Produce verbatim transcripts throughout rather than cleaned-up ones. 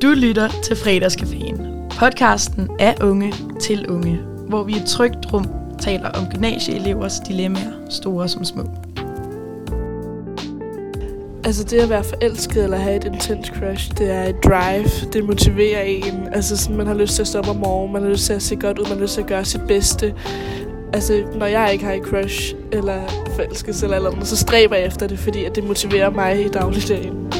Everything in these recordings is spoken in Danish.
Du lytter til Fredagscaféen, podcasten af unge til unge, hvor vi i et trygt rum taler om gymnasieelevers dilemmaer, store som små. Altså det at være forelsket eller have et intens crush, det er et drive, det motiverer en. Altså sådan, man har lyst til at stå op om morgenen, man har lyst til at se godt ud, man har lyst til at gøre sit bedste. Altså når jeg ikke har et crush eller forelskelse eller eller andet, så stræber jeg efter det, fordi at det motiverer mig i dagligdagen.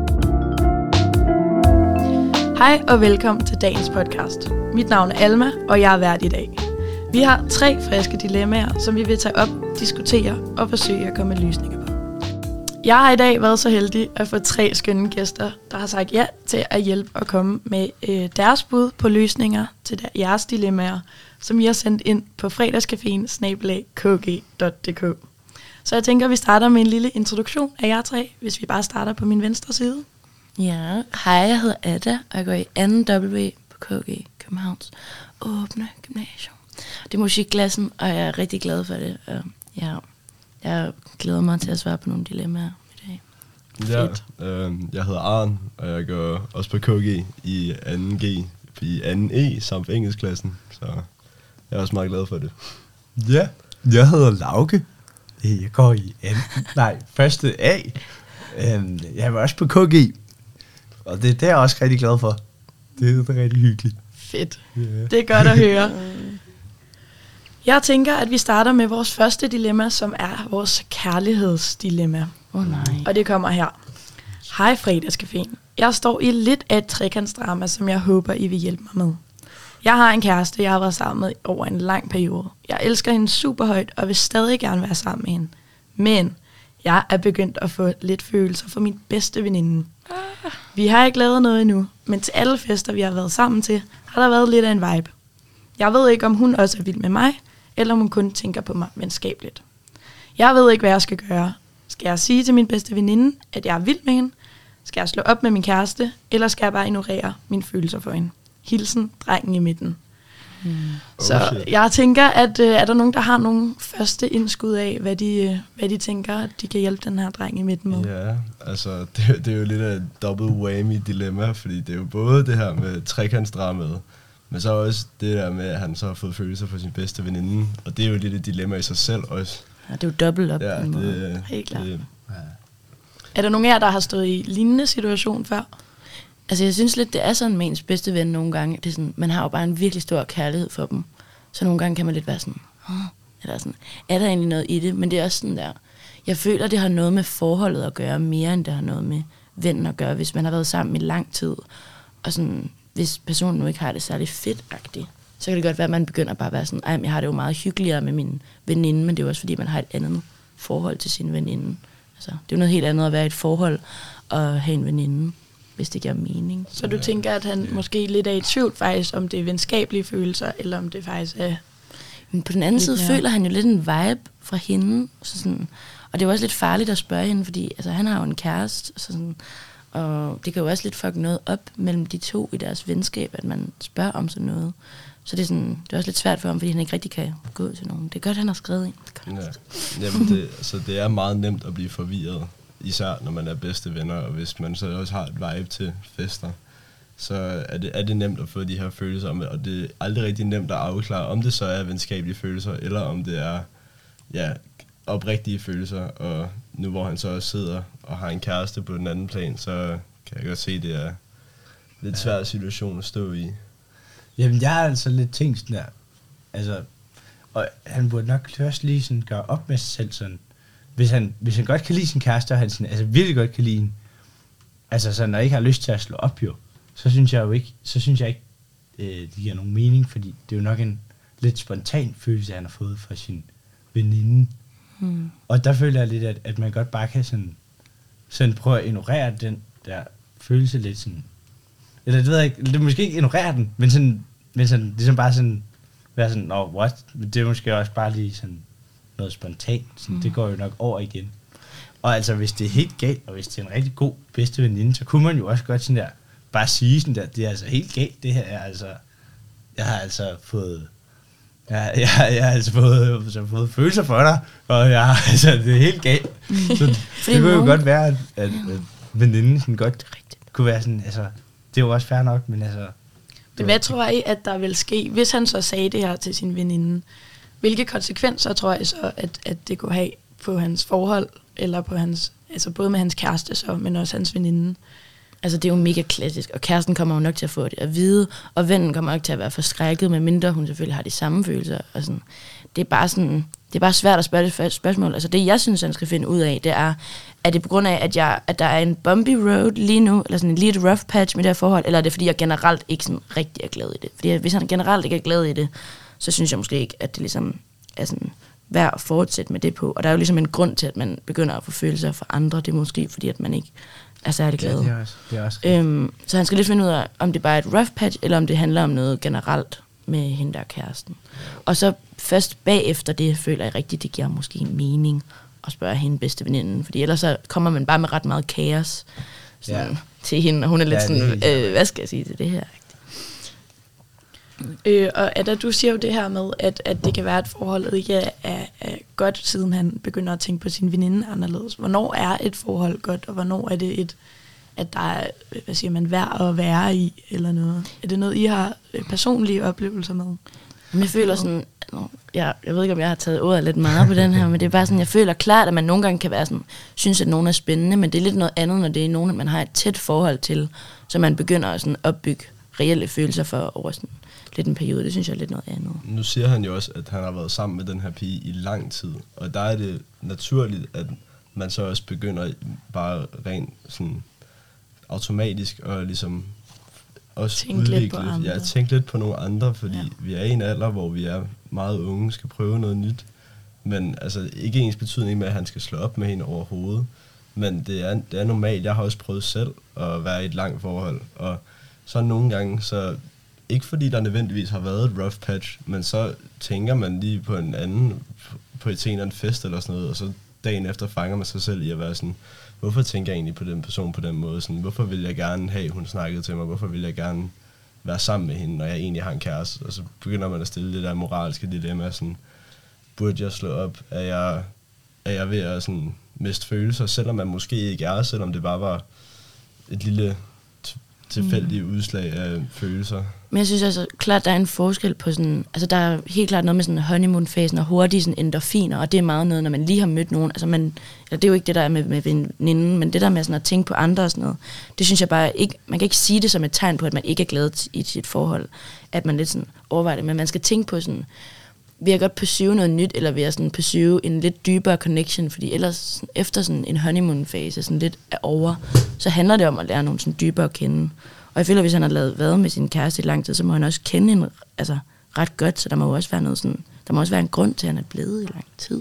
Hej og velkommen til dagens podcast. Mit navn er Alma, og jeg er vært i dag. Vi har tre friske dilemmaer, som vi vil tage op, diskutere og forsøge at komme med løsninger på. Jeg har i dag været så heldig at få tre skønne gæster, der har sagt ja til at hjælpe og komme med øh, deres bud på løsninger til der, jeres dilemmaer, som I har sendt ind på fredagscaféen snabel-a k g punktum d k. Så jeg tænker, at vi starter med en lille introduktion af jer tre, hvis vi bare starter på min venstre side. Ja, hej, jeg hedder Ada, og jeg går i anden W på K G, Københavns åbne gymnasium. Det er musikklassen, og jeg er rigtig glad for det. Og ja, jeg glæder mig til at svare på nogle dilemmaer i dag. Ja, øh, jeg hedder Arn, og jeg går også på K G i anden G, i anden E samt for engelskklassen, så jeg er også meget glad for det. Ja, jeg hedder Lauke. Jeg går i anden, nej, første A. Um, jeg var også på K G, og det, det er jeg også rigtig glad for. Det er rigtig hyggeligt. Fedt. Yeah. Det er godt at høre. Jeg tænker, at vi starter med vores første dilemma, som er vores kærlighedsdilemma. Åh oh, nej. Og det kommer her. Hej Fredagscaféen. Jeg står i lidt af et trekantsdrama, som jeg håber, I vil hjælpe mig med. Jeg har en kæreste, jeg har været sammen med over en lang periode. Jeg elsker hende super højt, og vil stadig gerne være sammen med hende. Men jeg er begyndt at få lidt følelser for min bedste veninde. Vi har ikke lavet noget endnu, men til alle fester, vi har været sammen til, har der været lidt af en vibe. Jeg ved ikke, om hun også er vild med mig, eller om hun kun tænker på mig venskabeligt. Jeg ved ikke, hvad jeg skal gøre. Skal jeg sige til min bedste veninde, at jeg er vild med hende? Skal jeg slå op med min kæreste, eller skal jeg bare ignorere mine følelser for hende? Hilsen, drengen i midten. Hmm. Så oh, jeg tænker, at øh, er der nogen, der har nogle første indskud af, hvad de, øh, hvad de tænker, at de kan hjælpe den her dreng i midten med? Ja, altså det, det er jo lidt af et double whammy dilemma, fordi det er jo både det her med trekantsdramaet, men så også det der med, at han så har fået følelser for sin bedste veninde, og det er jo lidt et dilemma i sig selv også. Ja, det er jo dobbelt op. Ja, det, helt klart. Det, ja. Er der nogen af jer, der har stået i lignende situation før? Altså jeg synes lidt, det er sådan med ens bedste ven nogle gange. Det er sådan, man har jo bare en virkelig stor kærlighed for dem. Så nogle gange kan man lidt være sådan, oh, eller sådan, er der egentlig noget i det? Men det er også sådan der, jeg føler, det har noget med forholdet at gøre, mere end det har noget med vennen at gøre, hvis man har været sammen i lang tid. Og sådan, hvis personen nu ikke har det særlig fedt-agtigt, så kan det godt være, at man begynder bare at være sådan, ej, jeg har det jo meget hyggeligere med min veninde, men det er jo også fordi, man har et andet forhold til sin veninde. Altså, det er jo noget helt andet at være i et forhold og have en veninde, hvis det giver mening. Så du tænker, at han måske lidt er i tvivl faktisk, om det er venskabelige følelser, eller om det faktisk er... Men på den anden side mere. Føler han jo lidt en vibe fra hende, så sådan, og det er jo også lidt farligt at spørge hende, fordi altså, han har jo en kæreste, så sådan, og det kan jo også lidt fuck noget op mellem de to i deres venskab, at man spørger om sådan noget. Så det er, sådan, det er også lidt svært for ham, fordi han ikke rigtig kan gå til nogen. Det er godt, han har skrevet ind. Ja. Jamen det, altså, det er meget nemt at blive forvirret, især når man er bedste venner, og hvis man så også har et vibe til fester, så er det, er det nemt at få de her følelser om det, og det er aldrig rigtig nemt at afklare, om det så er venskabelige følelser, eller om det er ja, oprigtige følelser, og nu hvor han så også sidder og har en kæreste på den anden plan, så kan jeg godt se, at det er en lidt svær situation at stå i. Jamen jeg har altså lidt tænkt sådan der, altså, og han burde nok også lige sådan gøre op med sig selv sådan, Hvis han, hvis han godt kan lide sin kæreste, og han sådan, altså virkelig godt kan lide hende, altså sådan, og ikke har lyst til at slå op jo, så synes jeg jo ikke, så synes jeg ikke, øh, det giver nogen mening, fordi det er jo nok en lidt spontan følelse, han har fået fra sin veninde. Hmm. Og der føler jeg lidt, at, at man godt bare kan sådan, sådan prøve at ignorere den der følelse lidt sådan, eller det ved jeg ikke, det er måske ikke ignorere den, men sådan, men sådan, ligesom bare sådan, være sådan, oh, what, det er måske også bare lige sådan, noget spontant, sådan, mm. det går jo nok over igen. Og altså, hvis det er helt galt, og hvis det er en rigtig god bedste veninde, så kunne man jo også godt sådan der, bare sige sådan der, det er altså helt galt, det her er altså, jeg har altså fået, jeg, jeg, jeg har altså fået, så fået følelser for dig, og jeg har, altså, det er helt galt. Så det kunne jo godt være, at, at, at veninden sådan godt kunne være sådan, altså, det det er jo også fair nok, men altså... Men hvad tror I, at der vil ske, hvis han så sagde det her til sin veninde? Hvilke konsekvenser tror I så, at, at det kunne have på hans forhold, eller på hans, altså både med hans kæreste så, men også hans veninde? Altså, det er jo mega klassisk, og kæresten kommer jo nok til at få det at vide, og vennen kommer nok til at være forskrækket, medmindre hun selvfølgelig har de samme følelser. Og sådan. Det er bare sådan, det er bare svært at spørge det spørgsmål. Altså, det jeg synes, han skal finde ud af, det er, er det på grund af, at, jeg, at der er en bumpy road lige nu, eller sådan en lidt rough patch med det her forhold, eller er det fordi, jeg generelt ikke sådan rigtig er glad i det? Fordi hvis han generelt ikke er glad i det, så synes jeg måske ikke, at det ligesom er sådan værd at fortsætte med det på. Og der er jo ligesom en grund til, at man begynder at få følelser for andre. Det er måske fordi, at man ikke er særlig glad. Ja, det er også, det er også øhm, så han skal lidt finde ud af, om det bare er et rough patch, eller om det handler om noget generelt med hende der kæresten. Og så først bagefter det, føler jeg rigtigt, det giver måske en mening at spørge hende bedste veninden. Fordi ellers så kommer man bare med ret meget kaos sådan, ja. til hende, og hun er lidt ja, sådan, øh, hvad skal jeg sige til det her? Øh, og Ada, du siger jo det her med, at, at det kan være, at forholdet ikke er, er, er godt, siden han begynder at tænke på sin veninde anderledes. Hvornår er et forhold godt, og hvornår er det et, at der er, hvad siger man, værd at være i, eller noget? Er det noget, I har personlige oplevelser med? Men jeg føler sådan, jeg, jeg ved ikke, om jeg har taget ordet lidt meget på den her, men det er bare sådan, jeg føler klart, at man nogle gange kan være sådan, synes, at nogen er spændende, men det er lidt noget andet, når det er nogen, man har et tæt forhold til, så man begynder at sådan opbygge reelle følelser for over sådan lidt en periode. Det synes jeg er lidt noget andet. Nu siger han jo også, at han har været sammen med den her pige i lang tid, og der er det naturligt, at man så også begynder bare rent sådan automatisk og ligesom også tænke udvikle, lidt på andre. Ja, tænke lidt på nogle andre, fordi ja. vi er i en alder, hvor vi er meget unge, skal prøve noget nyt. Men altså ikke ens betydning med, at han skal slå op med hende overhovedet. Men det er, det er normalt. Jeg har også prøvet selv at være i et langt forhold, og så nogle gange, så ikke fordi der nødvendigvis har været et rough patch, men så tænker man lige på en anden, på et en fest eller sådan noget, og så dagen efter fanger man sig selv i at være sådan, hvorfor tænker jeg egentlig på den person på den måde? Sådan, hvorfor vil jeg gerne have, hun snakkede til mig? Hvorfor vil jeg gerne være sammen med hende, når jeg egentlig har en kæreste? Og så begynder man at stille det der moralske dilemma, sådan, burde jeg slå op? Er jeg, er jeg ved at sådan, miste følelser, selvom man måske ikke er, selvom det bare var et lille tilfældigt mm. udslag af følelser? Men jeg synes altså klart, der er en forskel på sådan, altså der er helt klart noget med sådan honeymoon-fasen og hurtige sådan endorfiner, og det er meget noget, når man lige har mødt nogen, altså man, eller det er jo ikke det der med, med veninden, men det der med sådan at tænke på andre og sådan noget, det synes jeg bare ikke, man kan ikke sige det som et tegn på, at man ikke er glad i sit forhold, at man lidt sådan overvejer det, men man skal tænke på sådan, vil jeg godt pursue noget nyt, eller vil jeg sådan pursue en lidt dybere connection, fordi ellers efter sådan en honeymoon-fase sådan lidt er over, så handler det om at lære nogen sådan dybere at kende. Og jeg føler, at hvis han har lavet været med sin kæreste i lang tid, så må han også kende hende altså, ret godt, så der må jo også være noget sådan, der må også være en grund til, at han er blevet i lang tid.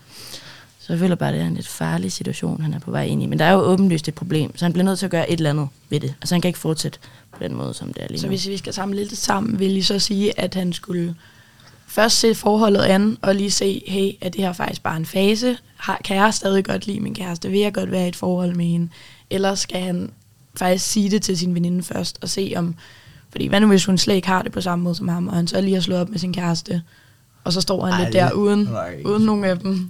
Så jeg føler bare, at det er en lidt farlig situation, han er på vej ind i. Men der er jo åbenlyst et problem, så han bliver nødt til at gøre et eller andet ved det. Altså han kan ikke fortsætte på den måde, som det er lige så nu. Så hvis vi skal samle lidt sammen, vil I så sige, at han skulle først se forholdet an, og lige se, hey, er det her faktisk bare en fase? Kan jeg stadig godt lide min kæreste? Vil jeg godt være i et forhold med hende? Eller skal han faktisk sige det til sin veninde først, og se om, fordi hvad nu hvis hun slet ikke har det på samme måde som ham, og han så lige har slået op med sin kæreste, og så står han Ej, lidt der uden, nej, uden nogen af dem.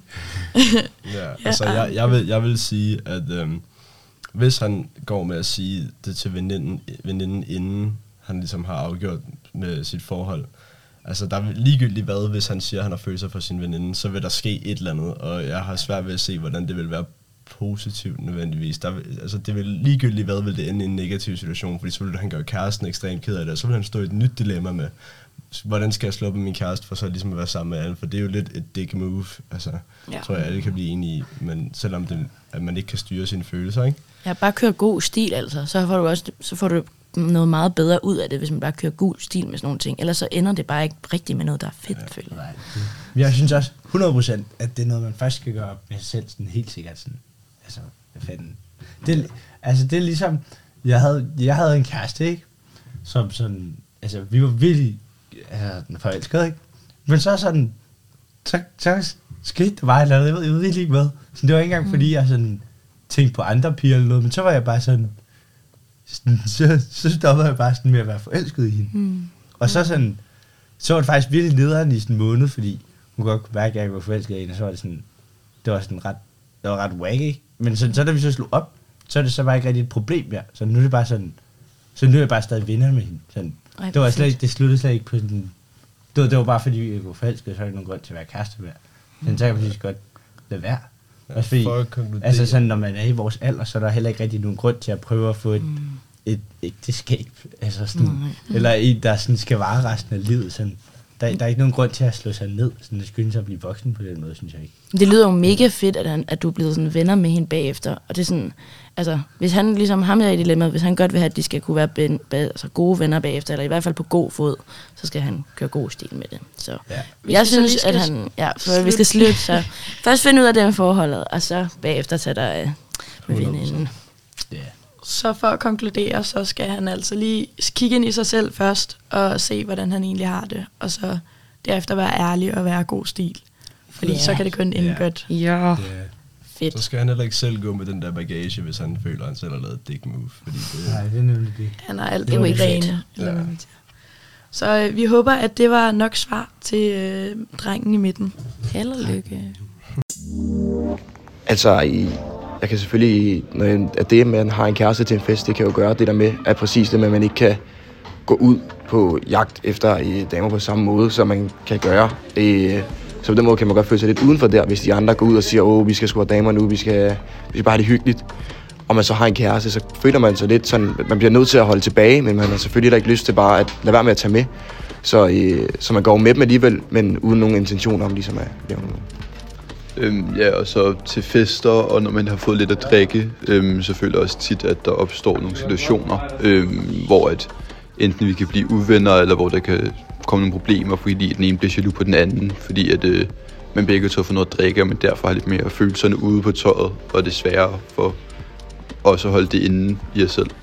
ja, altså jeg, jeg, vil, jeg vil sige, at øhm, hvis han går med at sige det til veninden, veninden inden han ligesom har afgjort med sit forhold, altså der vil ligegyldigt hvad, hvis han siger, at han har følelser for sin veninde, så vil der ske et eller andet, og jeg har svært ved at se, hvordan det vil være positivt nødvendigvis. Der vil, altså det vil ligegyldigt hvad, vil det ende i en negativ situation, fordi så vil han gøre kæresten ekstremt ked af det, og så vil han stå i et nyt dilemma med, hvordan skal jeg slå op med min kæreste, for så ligesom at være sammen med alle, for det er jo lidt et dick move, altså, ja. Tror jeg, alle kan blive enige i, men selvom det, at man ikke kan styre sine følelser, ikke? Ja, bare kør god stil, altså, så får du også, så får du noget meget bedre ud af det, hvis man bare kører god stil med sådan nogle ting, ellers så ender det bare ikke rigtigt med noget, der er fedt, ja, føler jeg. Jeg synes også hundrede procent, at det er noget, man først skal gøre med sig selv, sådan helt sikkert sådan, altså, hvad fanden. Det, altså, det er ligesom, jeg havde, jeg havde en kæreste, ikke? Som sådan, altså, vi var virkelig, altså, forelskede, ikke? Men så sådan, så, så skete der bare et eller andet, jeg ved, jeg ved virkelig ikke hvad. Så det var ikke engang, fordi jeg sådan tænkte på andre piger eller noget, men så var jeg bare sådan, sådan så, så stoppede jeg bare sådan med at være forelsket i hende. Mm. Og så sådan, så var det faktisk virkelig nederen i sådan en måned, fordi hun godt kunne mærke, at jeg var forelsket i hende, og så var det sådan, det var sådan ret, det var ret wacky. Men så, så da vi så slog op, så er det så bare ikke rigtig et problem mere. Så nu er det bare sådan, Så nu er jeg bare stadig venner med hende. Sådan. Ej, Det var fedt. slet ikke, det sluttede slet ikke på sådan... Det var, det var bare fordi, jeg var forelsket, så er der ikke nogen grund til at være kæreste med. Men så kan man lige så godt lade være. Ja, Også fordi, for at konkludere. altså sådan, når man er i vores alder, så er der heller ikke rigtig nogen grund til at prøve at få et, Mm. et ægteskab. Altså sådan, Nej. eller en, der sådan skal vare resten af livet. Sådan. Der, der er ikke nogen grund til at slå sig ned. Sådan, det skynde sig at blive voksen på den måde, synes jeg ikke. Det lyder jo mega fedt, at, han, at du er blevet sådan venner med hende bagefter. Og det er sådan, altså, hvis han ligesom ham der i dilemmaet, hvis han godt vil have, at de skal kunne være ben, ba, altså gode venner bagefter, eller i hvert fald på god fod, så skal han køre god stil med det. Så Ja. Hvis jeg vi så synes, lige skal at han, ja, for slutte. vi skal slutte, så først finde ud af det med forholdet, og så bagefter tage dig øh, med hundrede procent. veninden. Ja. Så for at konkludere, så skal han altså lige kigge ind i sig selv først, og se, hvordan han egentlig har det. Og så derefter være ærlig og være god stil. Fordi Ja. så kan det kun ende Ja. godt. Ja, Ja. fedt. Så skal han heller ikke selv gå med den der bagage, hvis han føler, at han selv har lavet et dick move. Fordi det, Nej, det er nemlig det. Han har alt Det er på jo det ikke rene. fedt. Eller Ja. hvad man siger. Så øh, vi håber, at det var nok svar til øh, drengen i midten. Held og lykke. Altså, i, jeg kan selvfølgelig, når jeg, at det, at man har en kæreste til en fest, det kan jo gøre det der med, at præcis det med, at man ikke kan gå ud på jagt efter i damer på samme måde, som man kan gøre. I, så på den måde kan man godt føle sig lidt udenfor der, hvis de andre går ud og siger, åh, vi skal sgu have damer nu, vi skal, vi skal bare have det hyggeligt. Og man så har en kæreste, så føler man sig lidt sådan, man bliver nødt til at holde tilbage, men man har selvfølgelig heller ikke lyst til bare at lade være med at tage med. Så, øh, så man går med dem alligevel, men uden nogen intention om ligesom at lave noget. Øhm, ja, og så til fester, og når man har fået lidt at drikke, øhm, så føler jeg også tit, at der opstår nogle situationer, øhm, hvor at enten vi kan blive uvenner, eller hvor der kan komme nogle problemer, fordi den ene bliver jaloux på den anden, fordi at øh, man begge to får noget at drikke, og man derfor har lidt mere følelserne ude på tøjet, og det er sværere for også at holde det inde i jer selv.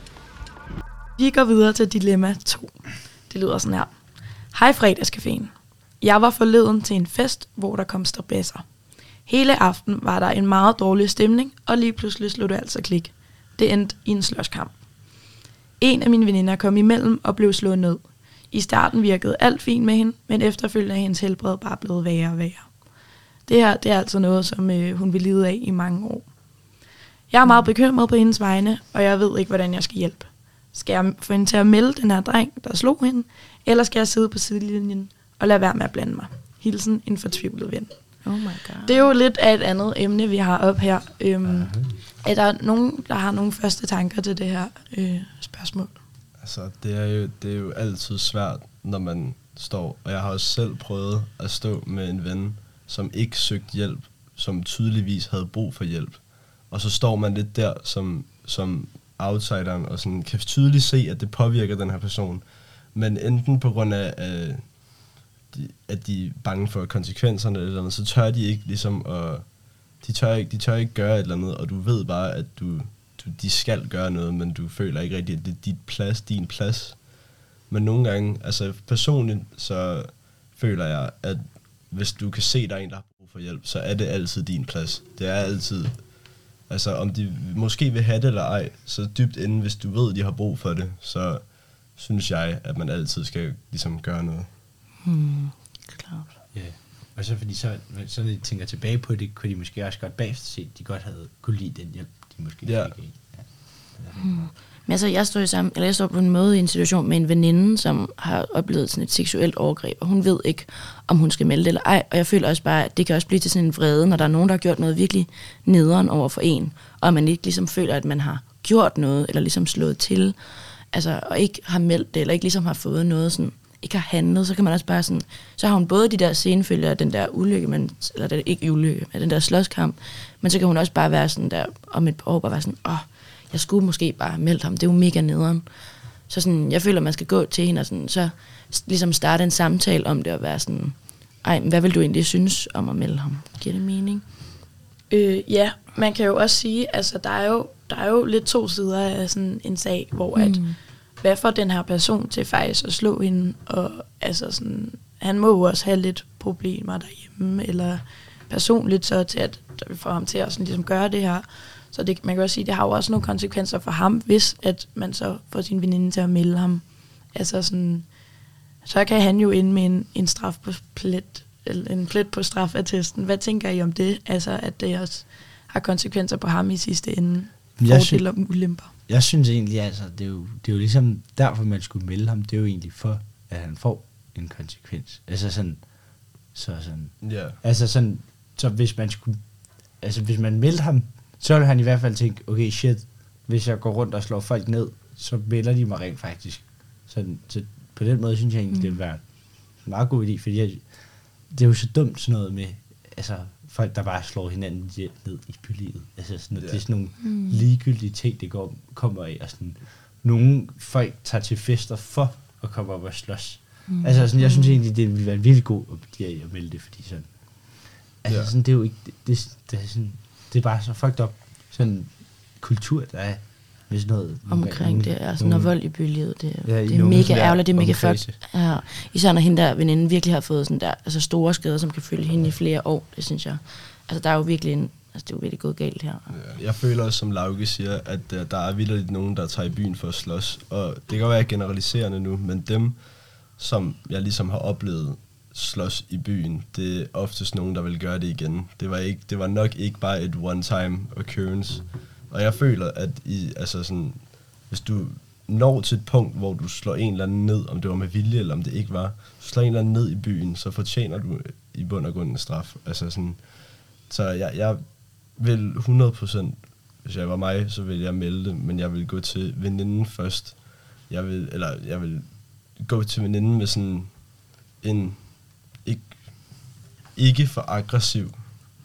Vi går videre til dilemma to. Det lyder sådan her. Hej fredagscaféen. Jeg var forleden til en fest, hvor der kom strabasser. Hele aften var der en meget dårlig stemning, og lige pludselig slog det altså klik. Det endte i en slåskamp. En af mine veninder kom imellem og blev slået ned. I starten virkede alt fint med hende, men efterfølgende er hendes helbred bare blevet værre og værre. Det her det er altså noget, som øh, hun vil lide af i mange år. Jeg er meget bekymret på hendes vegne, og jeg ved ikke, hvordan jeg skal hjælpe. Skal jeg få hende til at melde den her dreng, der slog hende, eller skal jeg sidde på sidelinjen og lade være med at blande mig? Hilsen en fortvivlet ven. Oh my god. Det er jo lidt af et andet emne, vi har op her. Øhm, er der nogen, der har nogle første tanker til det her øh, spørgsmål? altså, det, er jo, det er jo altid svært, når man står, og jeg har også selv prøvet at stå med en ven, som ikke søgte hjælp, som tydeligvis havde brug for hjælp. Og så står man lidt der som, som outsideren, og sådan kan tydeligt se, at det påvirker den her person. Men enten på grund af, at de, at de er bange for konsekvenserne eller noget, så tør de ikke ligesom at, de tør ikke, de tør ikke gøre et eller andet, og du ved bare, at du, du, de skal gøre noget, men du føler ikke rigtigt, at det er dit plads, din plads. Men nogle gange, altså personligt, så føler jeg, at hvis du kan se, der er en, der har brug for hjælp, så er det altid din plads. Det er altid, altså om de måske vil have det eller ej, så dybt inden, hvis du ved, de har brug for det, så synes jeg, at man altid skal ligesom gøre noget. Hmm, klart. Ja. Og så fordi så, så når de tænker tilbage på det, kunne de måske også godt bagefter se, at de godt havde kunne lide den hjælp, de måske Ja. fik. Ja. Hmm. Men altså, jeg står, i sammen, eller jeg står på en måde i en situation med en veninde, som har oplevet sådan et seksuelt overgreb, og hun ved ikke, om hun skal melde det eller ej. Og jeg føler også bare, at det kan også blive til sådan en vrede, når der er nogen, der har gjort noget virkelig nederen over for en, og man ikke ligesom føler, at man har gjort noget, eller ligesom slået til, altså, og ikke har meldt det, eller ikke ligesom har fået noget sådan, ikke har handlet, så kan man også bare sådan, så har hun både de der scenefølger, den der ulykke, men, eller det ikke ulykke, men den der slåskamp, men så kan hun også bare være sådan der, om et par år bare være sådan, åh, jeg skulle måske bare have meldt ham, det er jo mega nederen. Så sådan, jeg føler, man skal gå til hende og sådan, så ligesom starte en samtale om det og være sådan, ej, hvad vil du egentlig synes om at melde ham? Giver det mening? Øh, ja, man kan jo også sige, altså der er jo, der er jo lidt to sider af sådan en sag, hvor mm. at, hvad får den her person til faktisk at slå hende, og altså sådan, han må jo også have lidt problemer derhjemme, eller personligt så til at få ham til at sådan, ligesom gøre det her. Så det, man kan også sige, det har jo også nogle konsekvenser for ham, hvis at man så får sin veninde til at melde ham. Altså sådan, så kan han jo ende med en, en straf på plet, eller en plet på strafattesten. Hvad tænker I om det? Altså, at det også har konsekvenser på ham i sidste ende? Jeg sy- fordele og ulemper. Jeg synes egentlig, altså, det er, jo, det er jo ligesom derfor, man skulle melde ham. Det er jo egentlig for, at han får en konsekvens. Altså sådan, så sådan, Ja. altså sådan, så hvis man skulle, altså hvis man meldte ham, så ville han i hvert fald tænke, okay shit, hvis jeg går rundt og slår folk ned, så melder de mig rent faktisk. Sådan, så på den måde synes jeg egentlig, mm. det vil være en meget god idé, fordi jeg, det er jo så dumt sådan noget med, altså folk, der bare slår hinanden ned i bylivet. Altså sådan, yeah. Det er sådan nogle mm. ligegyldige ting, det går, kommer af, og sådan, nogle folk tager til fester for at komme op og slås. Mm. Altså sådan, jeg synes egentlig, det ville være en virkelig god idé at melde det, fordi sådan, altså yeah. sådan, det er jo ikke, det, det, det, er sådan, det er bare så fucked up, sådan kultur, der er med sådan noget. Omkring nogle, det, altså når vold i bylivet, det, ja, det er mega ærgerligt, det er mega fucked. Ja, især når hende der veninde virkelig har fået sådan der, altså store skader, som kan følge hende i flere år, det synes jeg. Altså der er jo virkelig en, altså det er jo virkelig gået galt her. Ja, jeg føler også, som Lauke siger, at uh, der er vildt nogen, der tager i byen for at slås, og det kan godt være generaliserende nu, men dem, som jeg ligesom har oplevet slås i byen, det er oftest nogen, der vil gøre det igen. Det var, ikke, det var nok ikke bare et one-time occurrence. Og jeg føler, at I, altså sådan, hvis du når til et punkt, hvor du slår en eller anden ned, om det var med vilje, eller om det ikke var, du slår en eller anden ned i byen, så fortjener du i bund og grund en straf. Altså sådan, så jeg, jeg vil hundrede procent, hvis jeg var mig, så ville jeg melde det, men jeg vil gå til veninden først. Jeg vil, eller jeg vil gå til veninden med sådan en ikke, ikke for aggressiv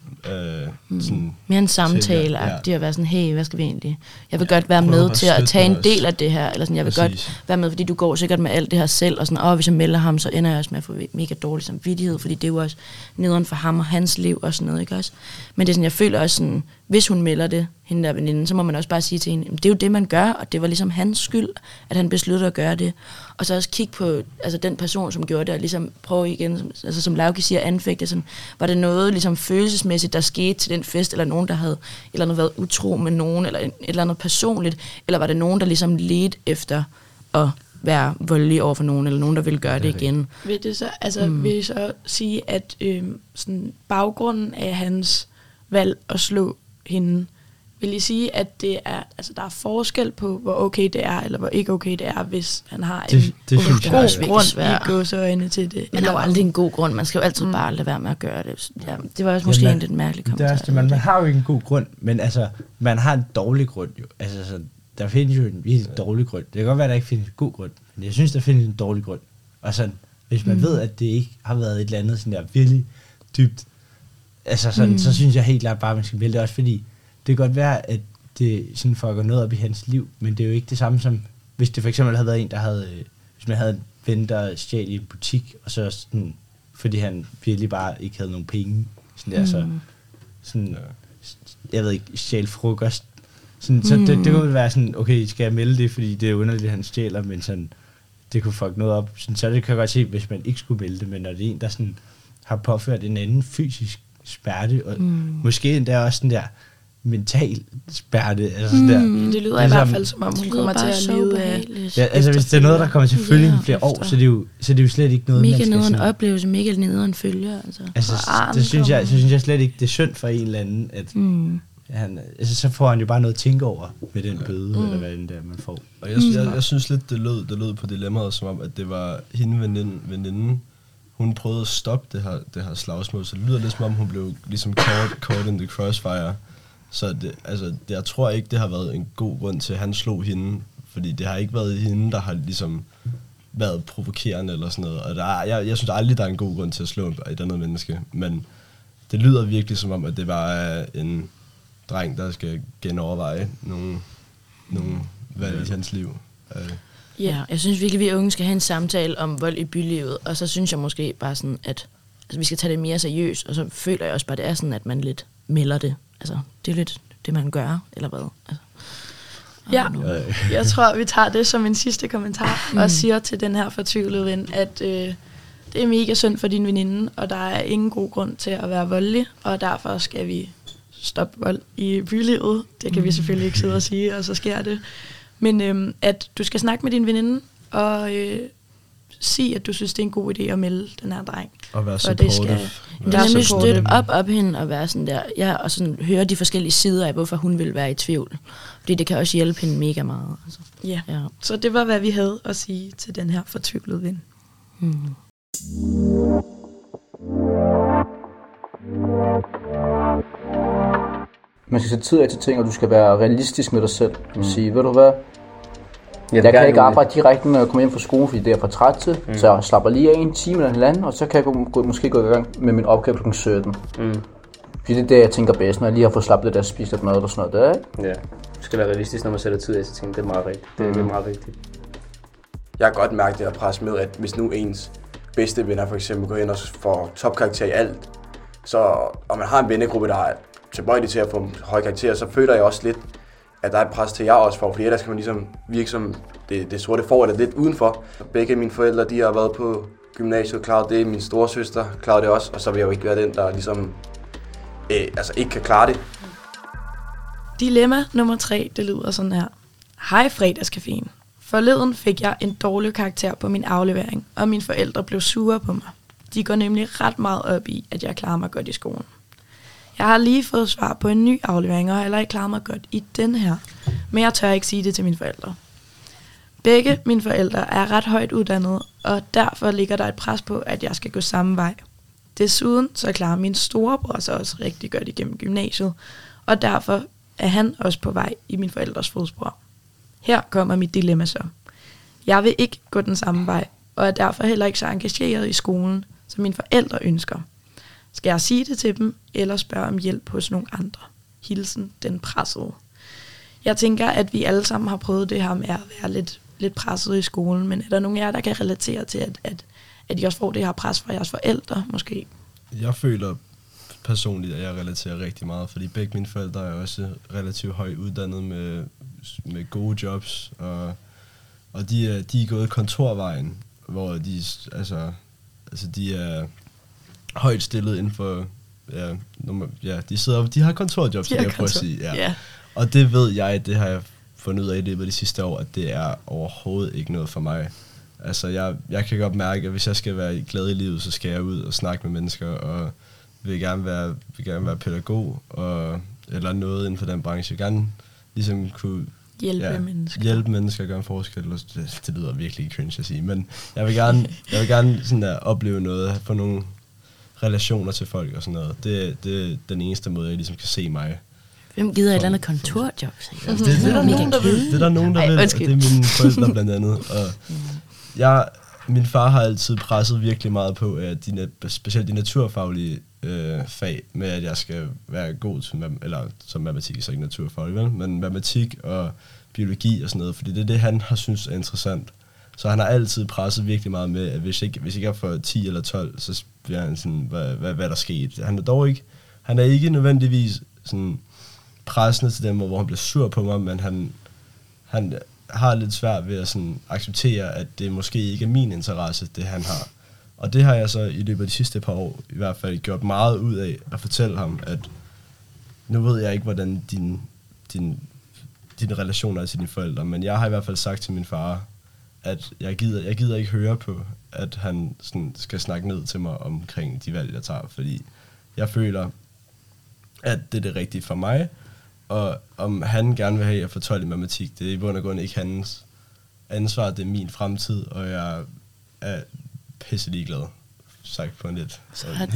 Øh, mm. sådan mere en samtale, ja. Det at være sådan, hey, hvad skal vi egentlig? Jeg vil ja, godt være med til at tage en del af det her, eller sådan, jeg vil Præcis. godt være med, fordi du går sikkert med alt det her selv, og sådan, åh, hvis jeg melder ham, så ender jeg også med at få mega dårlig samvittighed, fordi det er jo også nederen for ham og hans liv og sådan noget, ikke også? Men det er sådan, jeg føler også sådan, hvis hun melder det, hende der veninde, så må man også bare sige til hende, det er jo det, man gør, og det var ligesom hans skyld, at han besluttede at gøre det. Og så også kigge på altså den person, som gjorde det, og ligesom prøve igen, som, altså som Lauke siger, anfægte, sådan, var det noget ligesom følelsesmæssigt, der skete til den fest, eller nogen, der havde eller noget været utro med nogen, eller et eller andet personligt, eller var det nogen, der ligesom ledte efter at være voldelig over for nogen, eller nogen, der ville gøre det igen. Vil det så, altså, mm. vil jeg så sige, at øh, sådan baggrunden af hans valg at slå hende, vil I sige, at det er, altså, der er forskel på, hvor okay det er, eller hvor ikke okay det er, hvis han har det, en det, god det grund i gåseøjne til det? Men der er jo aldrig en god grund. Man skal jo altid mm. bare lade være med at gøre det. Ja, det var også måske ja, man, en lidt mærkelig kommentar. Det er, man, man har jo ikke en god grund, men altså, man har en dårlig grund jo. Altså, så, der findes jo en virkelig dårlig grund. Det kan godt være, at der ikke findes en god grund, men jeg synes, der findes en dårlig grund. Og sådan, hvis man mm. ved, at det ikke har været et eller andet sådan der virkelig dybt, altså sådan, mm. så synes jeg helt klart bare, at man skal vælge det også, fordi det kan godt være, at det sådan fucker noget op i hans liv, men det er jo ikke det samme som, hvis det for eksempel havde været en, der havde, hvis man havde en ven, der stjal i en butik, og så sådan, fordi han virkelig bare ikke havde nogen penge, sådan der, mm. så, sådan, jeg ved ikke, stjal frokost, sådan, så mm. det, det kunne være sådan, okay, skal jeg melde det, fordi det er underligt, han stjæler, men sådan, det kunne fuck noget op, sådan, så det kan jeg godt se, hvis man ikke skulle melde det, men når det er en, der sådan, har påført en anden fysisk smerte, og mm. måske endda også sådan der, mental spærte, altså sådan der. Mm, det lyder ligesom, i hvert fald, som om hun kommer til at lide af. Ja, altså hvis det er noget, der kommer til følge ja, flere år, så er, det jo, så er det jo slet ikke noget, mega man skal nederen sådan oplevelse, mega nederen følger. Altså, altså det synes jeg, så synes jeg slet ikke, det er synd for en eller anden, at mm. han, altså, så får han jo bare noget at tænke over med den bøde, mm. eller hvad den der, man får. Og jeg, jeg, jeg synes lidt, det lød, det lød på dilemmaet, som om, at det var hende veninden, veninden hun prøvede at stoppe det her, det her slagsmål, så det lyder lidt som om, hun blev ligesom caught, caught in the crossfire. Så det, altså, det, jeg tror ikke, det har været en god grund til, at han slog hende, fordi det har ikke været hende, der har ligesom været provokerende eller sådan noget. Og der er, jeg, jeg synes aldrig, der er en god grund til at slå et andet menneske, men det lyder virkelig som om, at det var en dreng, der skal genoverveje nogle, nogle valg i hans liv. Ja, jeg synes virkelig, at vi unge skal have en samtale om vold i bylivet, og så synes jeg måske bare sådan, at altså, vi skal tage det mere seriøst, og så føler jeg også bare, at det er sådan, at man lidt melder det. Altså, det er lidt det, man gør, eller hvad? Altså, ja, jeg tror, vi tager det som en sidste kommentar, mm. og siger til den her fortvivlede ven, at øh, det er mega synd for din veninde, og der er ingen god grund til at være voldelig, og derfor skal vi stoppe vold i bylivet. Det kan mm. vi selvfølgelig ikke sidde og sige, og så sker det. Men øh, at du skal snakke med din veninde, og øh, sig, at du synes, det er en god idé at melde den her dreng. Og være For det supportive. skal- Det er nemlig supportive. støtte op op hende og være sådan der, ja, og sådan høre de forskellige sider af, hvorfor hun vil være i tvivl. Fordi det kan også hjælpe hende mega meget. Altså. Ja. Ja. Så det var, hvad vi havde at sige til den her fortvivlede ven. Hmm. Man skal sætte tid af til ting, og du skal være realistisk med dig selv. Man skal sige, ved du hvad, Ja, jeg det kan gør ikke jeg nu. arbejde direkte, når jeg kommer hjem fra skole, fordi det er jeg for træt til. Mm. Så jeg slapper lige af en time eller en halvanden, og så kan jeg gå, gå, måske gå i gang med min opgave klokken sytten. Mm. Fordi det er det, jeg tænker bedst, når jeg lige har fået slappet lidt af at spise lidt mad og sådan noget. Der, ikke? Ja. Du skal være realistisk, når man sætter tid af til ting. Det er meget rigtigt. Det, mm. det er meget vigtigt. Jeg kan godt mærke det her pres med, at hvis nu ens bedste venner for eksempel går ind og får topkarakter i alt, så, og man har en vennegruppe, der er tilbøjelig til at få høje karakterer, så føler jeg også lidt, at der er et pres til, jeg også får, fordi ellers skal man ligesom virke som det, det sorte får, eller lidt udenfor. Begge mine forældre, de har været på gymnasiet, Cloud, det er min storesøster, Cloud det også, og så vil jeg jo ikke være den, der ligesom øh, altså ikke kan klare det. Dilemma nummer tre, det lyder sådan her. Hej fredagscaféen. Forleden fik jeg en dårlig karakter på min aflevering, og mine forældre blev sure på mig. De går nemlig ret meget op i, at jeg klarer mig godt i skolen. Jeg har lige fået svar på en ny aflevering, og har heller ikke klaret mig godt i den her. Men jeg tør ikke sige det til mine forældre. Begge mine forældre er ret højt uddannede, og derfor ligger der et pres på, at jeg skal gå samme vej. Desuden så klarer min storebror sig også rigtig godt igennem gymnasiet, og derfor er han også på vej i mine forældres fodspor. Her kommer mit dilemma så. Jeg vil ikke gå den samme vej, og er derfor heller ikke så engageret i skolen, som mine forældre ønsker. Skal jeg sige det til dem, eller spørge om hjælp hos nogle andre? Hilsen den pressede. Jeg tænker, at vi alle sammen har prøvet det her med at være lidt, lidt presset i skolen, men er der nogen af jer, der kan relatere til, at, at, at I også får det her pres fra jeres forældre, måske? Jeg føler personligt, at jeg relaterer rigtig meget, fordi begge mine forældre er også relativt højt uddannet med, med gode jobs, og, og de, er, de er gået kontorvejen, hvor de, altså, altså de er højt stillet inden for, ja, nummer, ja de, sidder, de har kontorjobs, kan jeg prøve at sige. Ja. Yeah. Og det ved jeg, det har jeg fundet ud af i løbet af de sidste år, at det er overhovedet ikke noget for mig. Altså, jeg, jeg kan godt mærke, at hvis jeg skal være glad i livet, så skal jeg ud og snakke med mennesker, og vil gerne være, vil gerne være pædagog, og, eller noget inden for den branche. Jeg vil gerne ligesom kunne Hjælpe ja, mennesker. hjælpe mennesker og gøre en forskel. Det, det lyder virkelig cringe at sige, men jeg vil gerne, jeg vil gerne sådan der, opleve noget, få nogle relationer til folk og sådan noget. Det, det er den eneste måde, jeg ligesom kan se mig. Hvem gider et eller andet kontorjob? Ja, det, det, det, er der nogen, der vil. Det er der nogen, der Ej, vil, og undskyld. det er mine forældre blandt andet. Og jeg, min far har altid presset virkelig meget på, at de, nat- specielt de naturfaglige øh, fag, med at jeg skal være god til, mam- eller som matematik, så ikke naturfaglig, vel? Men matematik og biologi og sådan noget, fordi det er det, han har synes er interessant. Så han har altid presset virkelig meget med, at hvis ikke, hvis ikke jeg får ti eller tolv, så bliver han sådan, hvad, hvad, hvad der skete. Han er dog ikke, han er ikke nødvendigvis sådan pressende til dem, hvor han bliver sur på mig, men han, han har lidt svært ved at sådan acceptere, at det måske ikke er min interesse, det han har. Og det har jeg så i løbet af de sidste par år i hvert fald gjort meget ud af at fortælle ham, at nu ved jeg ikke, hvordan din, din, dine relationer er til dine forældre, men jeg har i hvert fald sagt til min far, at jeg gider, jeg gider ikke høre på, at han sådan skal snakke ned til mig omkring de valg, jeg tager, fordi jeg føler, at det er det rigtige for mig, og om han gerne vil have, at jeg får tolv i matematik, det er i bund og grund ikke hans ansvar, det er min fremtid, og jeg er pisse ligeglad, sagt på en lidt. Sådan.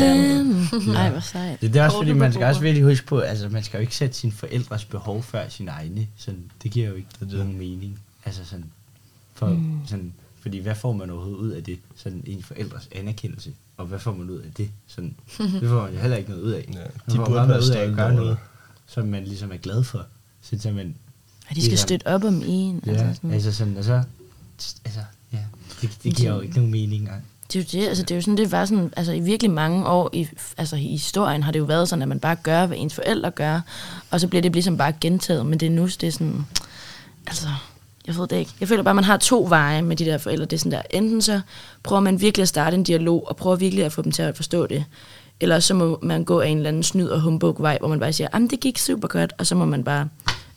Ej, hvor sejt. Det er også fordi, man skal også virkelig huske på, altså man skal jo ikke sætte sine forældres behov før sine egne. Sådan, det giver jo ikke det det. nogen mening. Altså sådan, for, mm. sådan, fordi hvad får man overhovedet ud af det? Sådan en forældres anerkendelse. Og hvad får man ud af det? Sådan, det får man jo heller ikke noget ud af. Ja, de de burde være stolte gøre over noget, det. som man ligesom er glad for. Så man, Ja, de skal støtte op om en. ja, Altså sådan. altså sådan, og så, altså, ja, det, det giver jo ikke nogen mening. Nej. Det er jo det, altså det er jo sådan, det var sådan, altså i virkelig mange år i, altså i historien har det jo været sådan, at man bare gør, hvad ens forældre gør, og så bliver det ligesom bare gentaget, men det er nu, det er sådan, altså, jeg ved det ikke. Jeg føler bare, at man har to veje med de der forældre. Det er sådan der, enten så prøver man virkelig at starte en dialog, og prøver virkelig at få dem til at forstå det, eller så må man gå af en eller anden snyd og humbug vej, hvor man bare siger, jamen det gik super godt, og så må man bare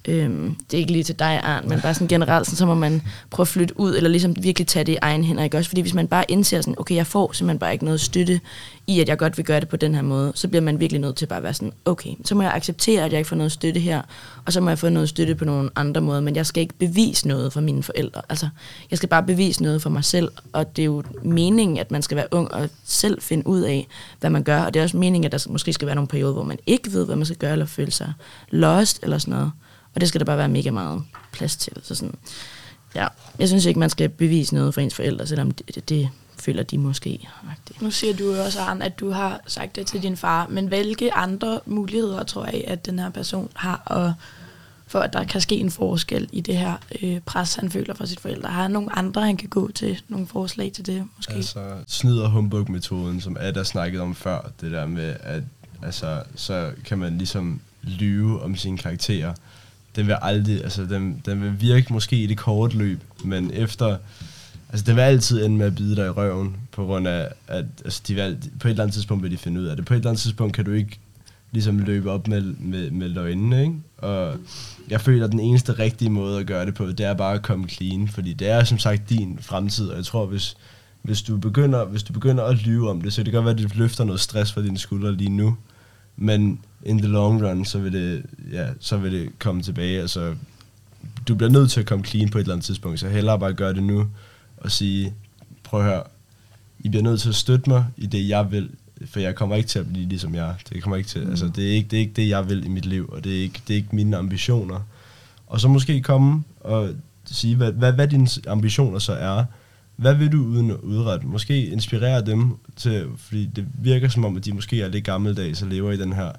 Øhm, det er ikke lige til dig, Arne, men bare sådan generelt, sådan, så må man prøve at flytte ud, eller ligesom virkelig tage det i egen hænder, ikke også? Fordi hvis man bare indser sådan, okay, jeg får simpelthen bare ikke noget støtte i, at jeg godt vil gøre det på den her måde, så bliver man virkelig nødt til bare at være sådan, okay, så må jeg acceptere, at jeg ikke får noget støtte her, og så må jeg få noget støtte på nogle andre måder, men jeg skal ikke bevise noget for mine forældre. Altså, jeg skal bare bevise noget for mig selv, og det er jo meningen, at man skal være ung og selv finde ud af, hvad man gør, og det er også meningen, at der måske skal være nogle perioder, hvor man ikke ved, hvad man skal gøre, eller føle sig lost, eller sådan noget. Og det skal der bare være mega meget plads til. Så sådan, ja, jeg synes ikke, man skal bevise noget for ens forældre, selvom det, det, det føler de måske. Nu siger du jo også, Arne, at du har sagt det til din far, men hvilke andre muligheder tror jeg, at den her person har, og for at der kan ske en forskel i det her øh, pres, han føler fra sit forældre? Har han nogle andre, han kan gå til? Nogle forslag til det, måske? Altså, snyd- og humbug-metoden, som Ada snakkede om før, det der med, at altså, så kan man ligesom lyve om sine karakterer. Den vil aldrig, altså den, den vil virke måske i det korte løb, men efter, altså den vil altid ende med at bide dig i røven, på grund af, at altså, de vil, på et eller andet tidspunkt vil de finde ud af det. På et eller andet tidspunkt kan du ikke ligesom løbe op med, med, med løgnene, ikke? Og jeg føler, at den eneste rigtige måde at gøre det på, det er bare at komme clean, fordi det er som sagt din fremtid, og jeg tror, hvis, hvis, du, begynder, hvis du begynder at lyve om det, så det kan godt være, at det løfter noget stress fra dine skuldre lige nu, men in the long run, så vil det, ja, så vil det komme tilbage. Altså, du bliver nødt til at komme clean på et eller andet tidspunkt, så hellere bare gøre det nu, og sige, prøv at høre, I bliver nødt til at støtte mig i det, jeg vil, for jeg kommer ikke til at blive ligesom jeg. Det kommer ikke til, mm. altså, det er ikke, det er ikke det, jeg vil i mit liv, og det er ikke, det er ikke mine ambitioner. Og så måske komme og sige, hvad, hvad, hvad dine ambitioner så er. Hvad vil du uden at udrette? Måske inspirere dem til, fordi det virker som om, at de måske er lidt gammeldags og lever i den her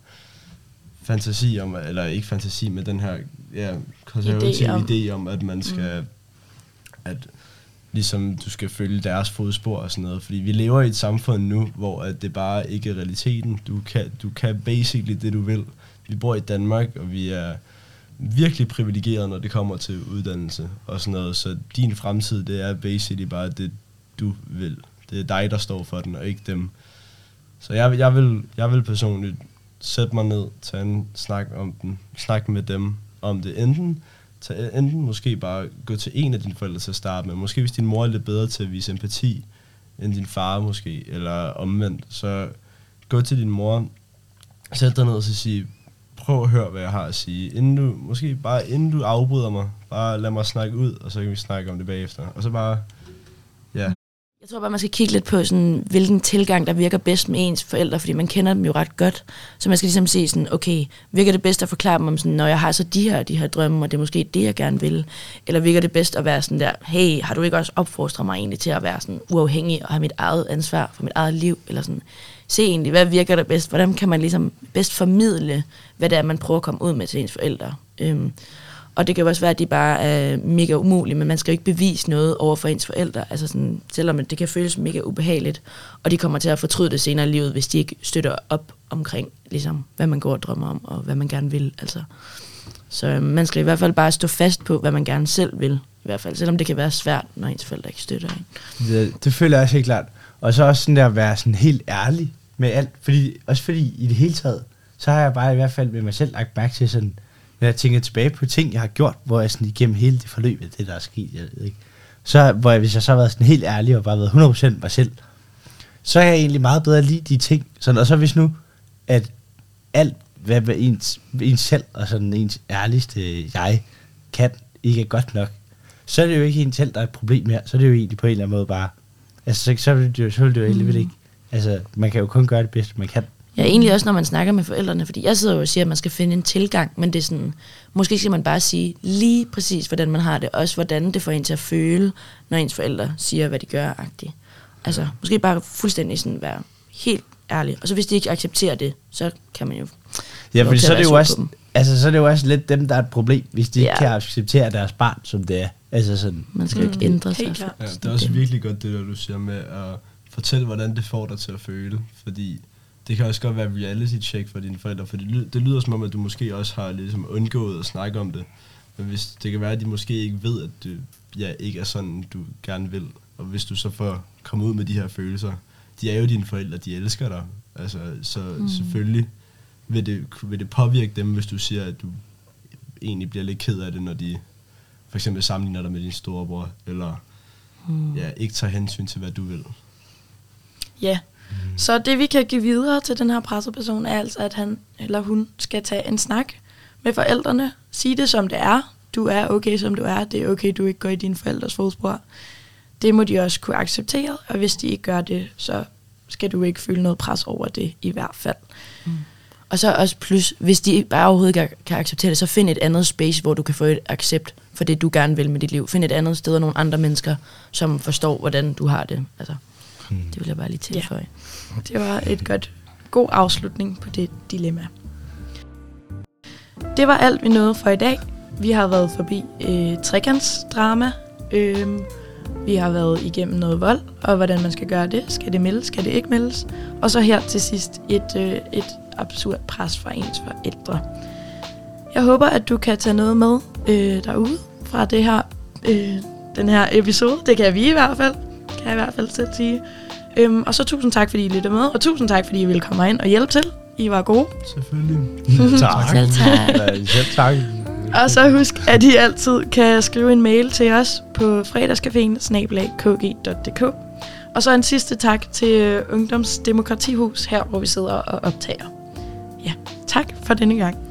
fantasi om, eller ikke fantasi, men den her ja, konservative idé, idé om, at man skal, mm. at ligesom du skal følge deres fodspor og sådan noget. Fordi vi lever i et samfund nu, hvor at det bare ikke er realiteten. Du kan, du kan basically det, du vil. Vi bor i Danmark, og vi er virkelig privilegeret, når det kommer til uddannelse og sådan noget. Så din fremtid, det er basically bare det, du vil. Det er dig, der står for den, og ikke dem. Så jeg, jeg, vil, jeg vil personligt sætte mig ned, tage en snak om den, snakke med dem om det. Enten, tage, enten måske bare gå til en af dine forældre til at starte med. Måske hvis din mor er lidt bedre til at vise empati, end din far måske, eller omvendt. Så gå til din mor, sæt dig ned og så sige, prøv at høre, hvad jeg har at sige. Inden du, måske bare inden du afbryder mig, bare lad mig snakke ud, og så kan vi snakke om det bagefter. Og så bare, ja. Jeg tror bare, man skal kigge lidt på, sådan, hvilken tilgang, der virker bedst med ens forældre, fordi man kender dem jo ret godt. Så man skal ligesom se sådan, okay, virker det bedst at forklare dem om sådan, når jeg har så de her, de her drømme, og det er måske det, jeg gerne vil. Eller virker det bedst at være sådan der, hey, har du ikke også opfostret mig egentlig til at være sådan uafhængig og have mit eget ansvar for mit eget liv? Eller sådan, se egentlig, hvad virker der bedst? Hvordan kan man ligesom bedst formidle, hvad det er, man prøver at komme ud med til ens forældre? Øhm, Og det kan jo også være, at de bare er mega umulige, men man skal jo ikke bevise noget over for ens forældre. Altså sådan, selvom det kan føles mega ubehageligt, og de kommer til at fortryde det senere i livet, hvis de ikke støtter op omkring, ligesom, hvad man går og drømmer om, og hvad man gerne vil. Altså. Så øh, man skal i hvert fald bare stå fast på, hvad man gerne selv vil. I hvert fald, selvom det kan være svært, når ens forældre ikke støtter en. Det, det føler jeg også helt klart. Og så også sådan der at være sådan helt ærlig med alt. Fordi, også fordi i det hele taget, så har jeg bare i hvert fald med mig selv lagt mærke til sådan, når jeg tænker tilbage på ting, jeg har gjort, hvor jeg sådan igennem hele det forløb, det der er sket, jeg ved ikke. Så, hvor jeg, hvis jeg så har været sådan helt ærlig og bare været hundrede procent mig selv, så er jeg egentlig meget bedre at lide de ting. Sådan, og så hvis nu, at alt, hvad ens, ens selv og sådan ens ærligste jeg kan, ikke er godt nok, så er det jo ikke ens selv, der er et problem her. Så er det jo egentlig på en eller anden måde bare, altså så, så vil det jo, så vil det jo egentlig mm. ikke. Altså, man kan jo kun gøre det bedste, man kan. Ja, egentlig også, når man snakker med forældrene, fordi jeg sidder jo og siger, at man skal finde en tilgang, men det er sådan, måske skal man bare sige lige præcis, hvordan man har det, også hvordan det får en til at føle, når ens forældre siger, hvad de gør-agtigt. Altså, måske bare fuldstændig sådan være helt ærlig, og så hvis de ikke accepterer det, så kan man jo... Ja, fordi så er det jo også, altså, så er det jo også lidt dem, der er et problem, hvis de ja. ikke kan acceptere deres barn, som det er. Altså sådan... Man skal jo ikke ændre sig. Ja, det er også virkelig godt, det der du siger med at fortælle, hvordan det får dig til at føle, fordi... Det kan også godt være reality-check for dine forældre, for det lyder, det lyder som om, at du måske også har ligesom undgået at snakke om det. Men hvis det kan være, at de måske ikke ved, at det ja, ikke er sådan, du gerne vil. Og hvis du så får komme ud med de her følelser, de er jo dine forældre, de elsker dig. Altså, så mm. selvfølgelig vil det, vil det påvirke dem, hvis du siger, at du egentlig bliver lidt ked af det, når de for eksempel sammenligner dig med din storebror, eller mm. ja, ikke tager hensyn til, hvad du vil. Ja, mm. så det vi kan give videre til den her presseperson er altså, at han eller hun skal tage en snak med forældrene. Sige det som det er. Du er okay som du er. Det er okay, du ikke går i dine forældres fodspor. Det må de også kunne acceptere, og hvis de ikke gør det, så skal du ikke føle noget pres over det i hvert fald. Mm. Og så også plus, hvis de bare overhovedet ikke kan acceptere det, så find et andet space, hvor du kan få et accept for det, du gerne vil med dit liv. Find et andet sted og nogle andre mennesker, som forstår, hvordan du har det. Altså, mm. det vil jeg bare lige tilføje. Ja. Det var et godt, god afslutning på det dilemma. Det var alt, vi nåede for i dag. Vi har været forbi øh, trekantsdrama. Øh, vi har været igennem noget vold, og hvordan man skal gøre det. Skal det meldes? Skal det ikke meldes? Og så her til sidst et, øh, et absurd pres fra ens forældre. Jeg håber, at du kan tage noget med øh, derude fra det her, øh, den her episode. Det kan vi i hvert fald. Kan jeg i hvert fald selv sige. Øhm, og så tusind tak, fordi I lyttede med. Og tusind tak, fordi I ville komme ind og hjælpe til. I var gode. Selvfølgelig. tak. Selv tak. Selv tak. Og så husk, at I altid kan skrive en mail til os på fredagscaféen snabel-a k g punktum d k. Og så en sidste tak til Ungdomsdemokratihus, her hvor vi sidder og optager. Ja, tak for denne gang.